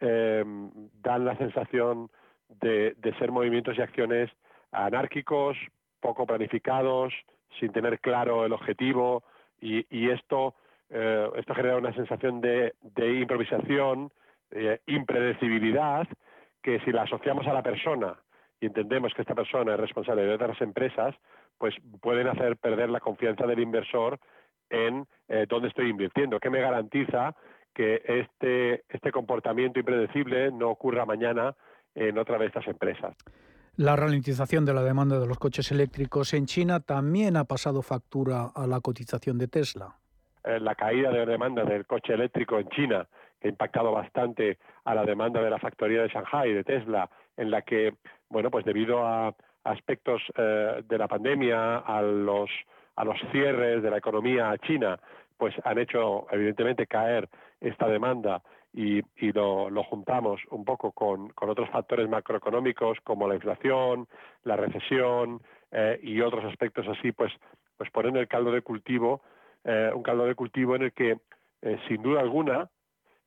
dan la sensación de ser movimientos y acciones anárquicos, poco planificados, sin tener claro el objetivo y esto genera una sensación de improvisación, impredecibilidad, que si la asociamos a la persona y entendemos que esta persona es responsable de otras empresas, pues pueden hacer perder la confianza del inversor en dónde estoy invirtiendo. ¿Qué me garantiza que este comportamiento impredecible no ocurra mañana en otra de estas empresas? La ralentización de la demanda de los coches eléctricos en China también ha pasado factura a la cotización de Tesla. La caída de la demanda del coche eléctrico en China, que ha impactado bastante a la demanda de la factoría de Shanghai, de Tesla, en la que, bueno, pues debido a aspectos de la pandemia, a los cierres de la economía china, pues han hecho evidentemente caer esta demanda y lo juntamos un poco con otros factores macroeconómicos como la inflación, la recesión y otros aspectos así, pues ponen el caldo de cultivo, un caldo de cultivo en el que sin duda alguna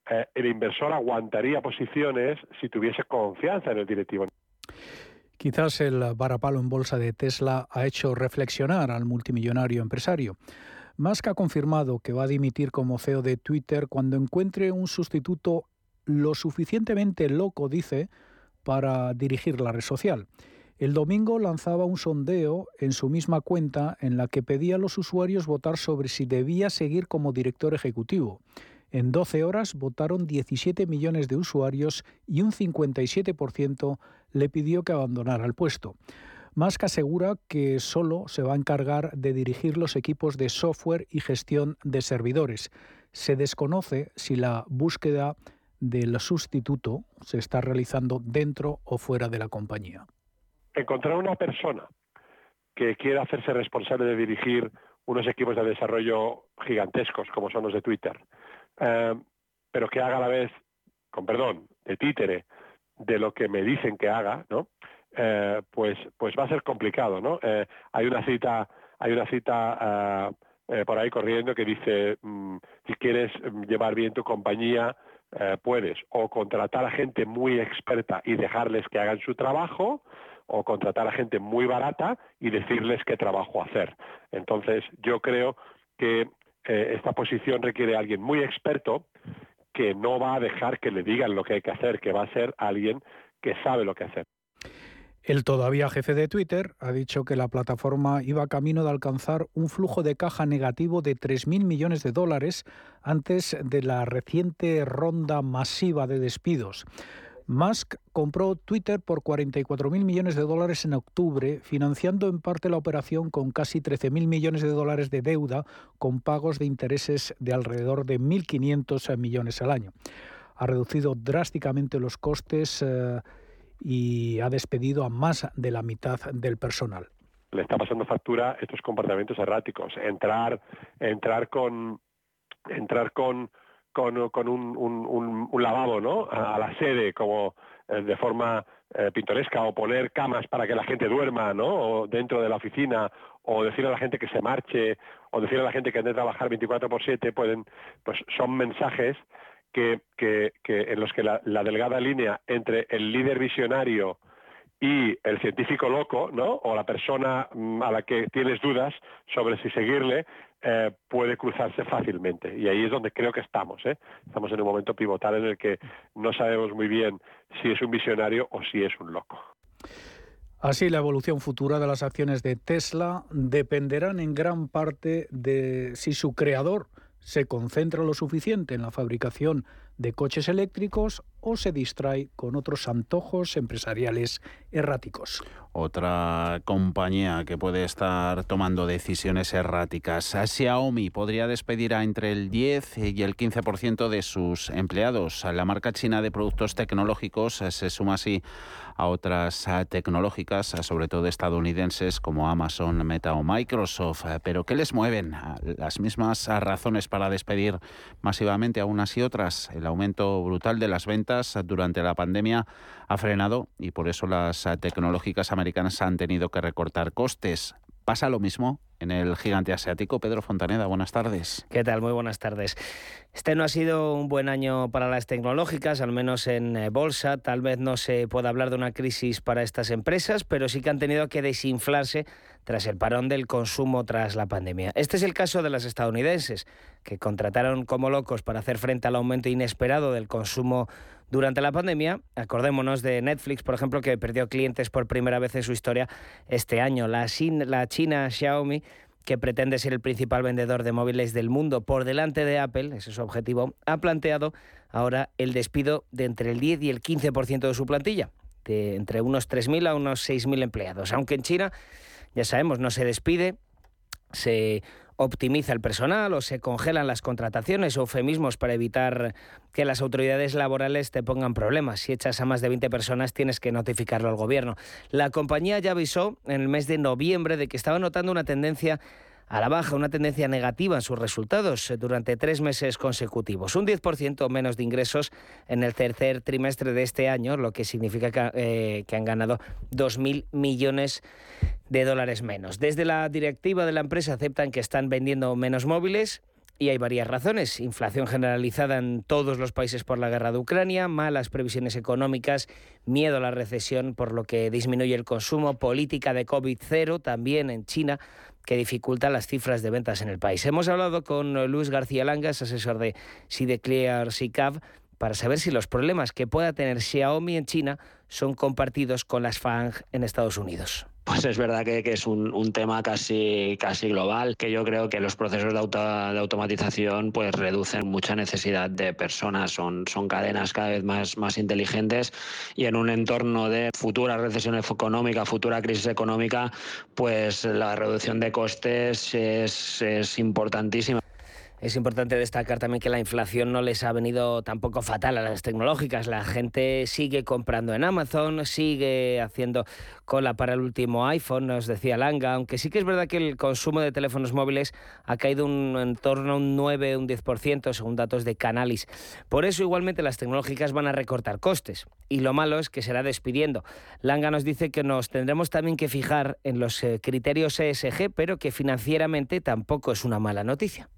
el inversor aguantaría posiciones si tuviese confianza en el directivo. Quizás el varapalo en bolsa de Tesla ha hecho reflexionar al multimillonario empresario. Musk ha confirmado que va a dimitir como CEO de Twitter cuando encuentre un sustituto lo suficientemente loco, dice, para dirigir la red social. El domingo lanzaba un sondeo en su misma cuenta en la que pedía a los usuarios votar sobre si debía seguir como director ejecutivo. En 12 horas votaron 17 millones de usuarios y un 57% le pidió que abandonara el puesto. Musk asegura que solo se va a encargar de dirigir los equipos de software y gestión de servidores. Se desconoce si la búsqueda del sustituto se está realizando dentro o fuera de la compañía. Encontrar una persona que quiera hacerse responsable de dirigir unos equipos de desarrollo gigantescos como son los de Twitter, pero que haga a la vez, con perdón, de títere de lo que me dicen que haga, ¿no? Pues va a ser complicado, ¿no? Hay una cita por ahí corriendo que dice, si quieres llevar bien tu compañía, puedes o contratar a gente muy experta y dejarles que hagan su trabajo, o contratar a gente muy barata y decirles qué trabajo hacer. Entonces, yo creo que esta posición requiere a alguien muy experto que no va a dejar que le digan lo que hay que hacer, que va a ser alguien que sabe lo que hacer. El todavía jefe de Twitter ha dicho que la plataforma iba camino de alcanzar un flujo de caja negativo de $3.000 millones antes de la reciente ronda masiva de despidos. Musk compró Twitter por $44.000 millones en octubre, financiando en parte la operación con casi $13.000 millones de deuda, con pagos de intereses de alrededor de 1.500 millones al año. Ha reducido drásticamente los costes y ha despedido a más de la mitad del personal. Le está pasando factura estos comportamientos erráticos. Entrar con un lavabo, ¿no? A la sede como de forma pintoresca, o poner camas para que la gente duerma, ¿no? O dentro de la oficina, o decir a la gente que se marche, o decir a la gente que han de trabajar 24/7, pues son mensajes que en los que la delgada línea entre el líder visionario y el científico loco, ¿no? O la persona a la que tienes dudas sobre si seguirle, puede cruzarse fácilmente. Y ahí es donde creo que estamos, ¿eh? Estamos en un momento pivotal en el que no sabemos muy bien si es un visionario o si es un loco. Así, la evolución futura de las acciones de Tesla dependerán en gran parte de si su creador se concentra lo suficiente en la fabricación de coches eléctricos o se distrae con otros antojos empresariales erráticos. Otra compañía que puede estar tomando decisiones erráticas. Xiaomi podría despedir a entre el 10 y el 15% de sus empleados. La marca china de productos tecnológicos se suma así a otras tecnológicas, sobre todo estadounidenses como Amazon, Meta o Microsoft. Pero ¿qué les mueven? Las mismas razones para despedir masivamente a unas y otras. El aumento brutal de las ventas durante la pandemia ha frenado y por eso las tecnológicas americanas han tenido que recortar costes. ¿Pasa lo mismo en el gigante asiático? Pedro Fontaneda, buenas tardes. ¿Qué tal? Muy buenas tardes. Este no ha sido un buen año para las tecnológicas, al menos en bolsa. Tal vez no se pueda hablar de una crisis para estas empresas, pero sí que han tenido que desinflarse tras el parón del consumo tras la pandemia. Este es el caso de las estadounidenses, que contrataron como locos para hacer frente al aumento inesperado del consumo durante la pandemia. Acordémonos de Netflix, por ejemplo, que perdió clientes por primera vez en su historia este año. La China Xiaomi, que pretende ser el principal vendedor de móviles del mundo por delante de Apple, ese es su objetivo, ha planteado ahora el despido de entre el 10 y el 15% de su plantilla, de entre unos 3.000 a unos 6.000 empleados. Aunque en China, ya sabemos, no se despide, se optimiza el personal o se congelan las contrataciones, eufemismos para evitar que las autoridades laborales te pongan problemas. Si echas a más de 20 personas tienes que notificarlo al gobierno. La compañía ya avisó en el mes de noviembre de que estaba notando una tendencia a la baja, una tendencia negativa en sus resultados durante 3 meses consecutivos. Un 10% menos de ingresos en el tercer trimestre de este año, lo que significa que han ganado $2.000 millones menos. Desde la directiva de la empresa aceptan que están vendiendo menos móviles Y hay varias razones. Inflación generalizada en todos los países por la guerra de Ucrania, malas previsiones económicas, miedo a la recesión por lo que disminuye el consumo, política de COVID-0 también en China, que dificulta las cifras de ventas en el país. Hemos hablado con Luis García Langas, asesor de SideClear SICAV, para saber si los problemas que pueda tener Xiaomi en China son compartidos con las FAANG en Estados Unidos. Pues es verdad que es un tema casi global, que yo creo que los procesos de automatización pues reducen mucha necesidad de personas, son cadenas cada vez más inteligentes, y en un entorno de futura recesión económica, futura crisis económica, pues la reducción de costes es importantísima. Es importante destacar también que la inflación no les ha venido tampoco fatal a las tecnológicas. La gente sigue comprando en Amazon, sigue haciendo cola para el último iPhone, nos decía Langa, aunque sí que es verdad que el consumo de teléfonos móviles ha caído en torno a un 9, un 10%, según datos de Canalys. Por eso igualmente las tecnológicas van a recortar costes, y lo malo es que será despidiendo. Langa nos dice que nos tendremos también que fijar en los criterios ESG, pero que financieramente tampoco es una mala noticia.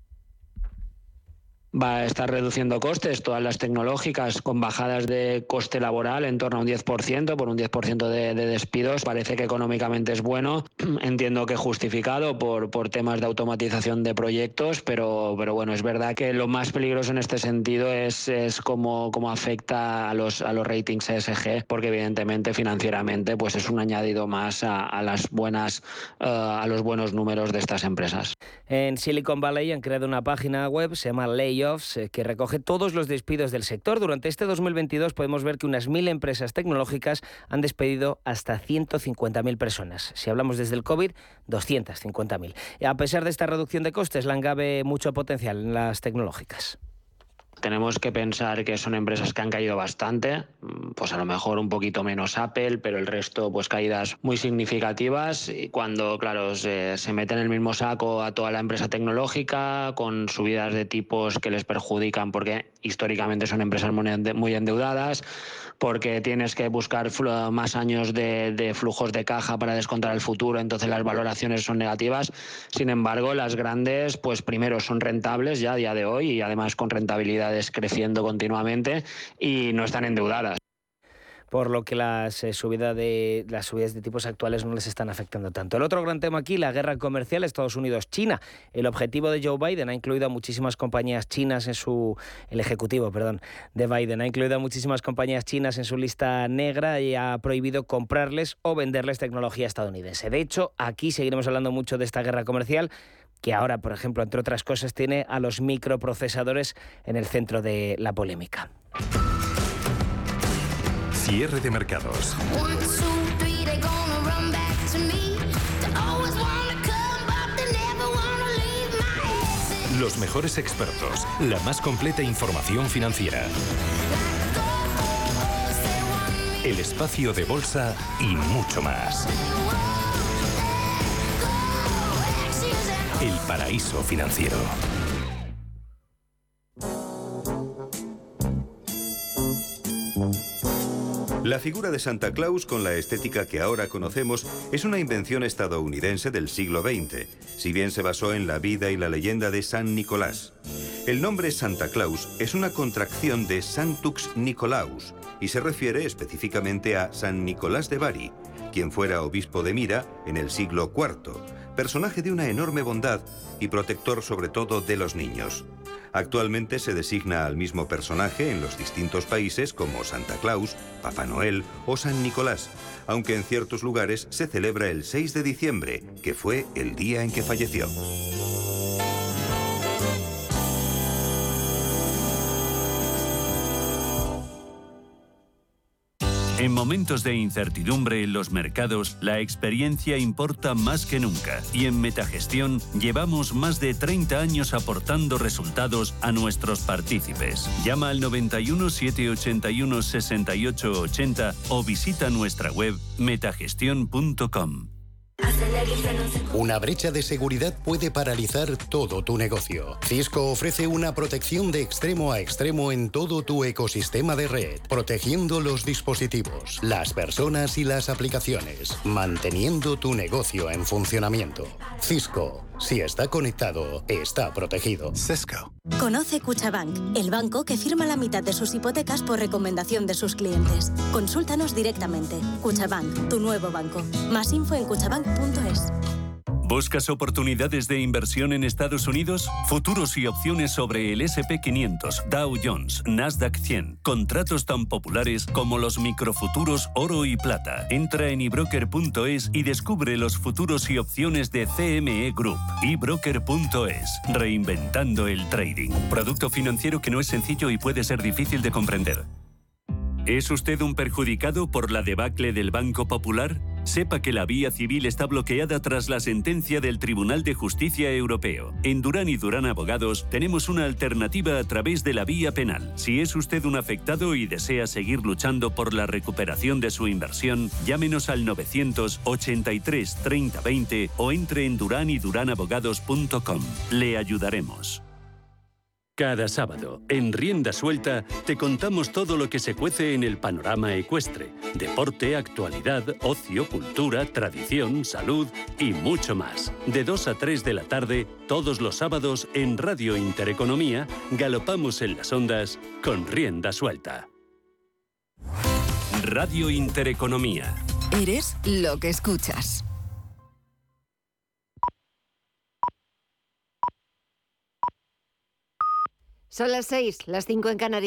Va a estar reduciendo costes, todas las tecnológicas con bajadas de coste laboral en torno a un 10%, por un 10% de despidos. Parece que económicamente es bueno, entiendo que justificado por temas de automatización de proyectos, pero bueno, es verdad que lo más peligroso en este sentido es cómo afecta a los ratings ESG, porque evidentemente financieramente pues es un añadido más a los buenos números de estas empresas. En Silicon Valley han creado una página web, se llama Layoffs, que recoge todos los despidos del sector. Durante este 2022 podemos ver que unas 1.000 empresas tecnológicas han despedido hasta 150.000 personas. Si hablamos desde el COVID, 250.000. A pesar de esta reducción de costes, Langa ve mucho potencial en las tecnológicas. Tenemos que pensar que son empresas que han caído bastante, pues a lo mejor un poquito menos Apple, pero el resto pues caídas muy significativas, y cuando claro se mete en el mismo saco a toda la empresa tecnológica con subidas de tipos que les perjudican porque históricamente son empresas muy endeudadas, porque tienes que buscar más años de flujos de caja para descontar el futuro, entonces las valoraciones son negativas. Sin embargo, las grandes, pues primero son rentables ya a día de hoy, y además con rentabilidades creciendo continuamente, y no están endeudadas. Por lo que las subidas de tipos actuales no les están afectando tanto. El otro gran tema aquí, la guerra comercial Estados Unidos-China. El objetivo de Joe Biden ha incluido a muchísimas compañías chinas el ejecutivo de Biden ha incluido a muchísimas compañías chinas en su lista negra y ha prohibido comprarles o venderles tecnología estadounidense. De hecho, aquí seguiremos hablando mucho de esta guerra comercial, que ahora, por ejemplo, entre otras cosas, tiene a los microprocesadores en el centro de la polémica. Cierre de mercados. Los mejores expertos, la más completa información financiera. El espacio de bolsa y mucho más. El paraíso financiero. La figura de Santa Claus, con la estética que ahora conocemos, es una invención estadounidense del siglo XX, si bien se basó en la vida y la leyenda de San Nicolás. El nombre Santa Claus es una contracción de Sanctus Nicolaus y se refiere específicamente a San Nicolás de Bari, quien fuera obispo de Mira en el siglo IV, personaje de una enorme bondad y protector sobre todo de los niños. Actualmente se designa al mismo personaje en los distintos países como Santa Claus, Papá Noel o San Nicolás, aunque en ciertos lugares se celebra el 6 de diciembre, que fue el día en que falleció. En momentos de incertidumbre en los mercados, la experiencia importa más que nunca. Y en Metagestión llevamos más de 30 años aportando resultados a nuestros partícipes. Llama al 91 781 68 80 o visita nuestra web metagestión.com. Una brecha de seguridad puede paralizar todo tu negocio. Cisco ofrece una protección de extremo a extremo en todo tu ecosistema de red, protegiendo los dispositivos, las personas y las aplicaciones, manteniendo tu negocio en funcionamiento. Cisco, Si está conectado, está protegido. Cisco. Conoce Cuchabank, el banco que firma la mitad de sus hipotecas por recomendación de sus clientes. Consúltanos directamente. Cuchabank, tu nuevo banco. Más info en cuchabank.es. ¿Buscas oportunidades de inversión en Estados Unidos? Futuros y opciones sobre el S&P 500, Dow Jones, Nasdaq 100. Contratos tan populares como los microfuturos oro y plata. Entra en ebroker.es y descubre los futuros y opciones de CME Group. ebroker.es. Reinventando el trading. Producto financiero que no es sencillo y puede ser difícil de comprender. ¿Es usted un perjudicado por la debacle del Banco Popular? Sepa que la vía civil está bloqueada tras la sentencia del Tribunal de Justicia Europeo. En Durán y Durán Abogados tenemos una alternativa a través de la vía penal. Si es usted un afectado y desea seguir luchando por la recuperación de su inversión, llámenos al 983 30 20 o entre en duranyduranAbogados.com. Le ayudaremos. Cada sábado, en Rienda Suelta, te contamos todo lo que se cuece en el panorama ecuestre. Deporte, actualidad, ocio, cultura, tradición, salud y mucho más. De 2 a 3 de la tarde, todos los sábados, en Radio Intereconomía, galopamos en las ondas con Rienda Suelta. Radio Intereconomía. Eres lo que escuchas. Son las 6, las 5 en Canarias.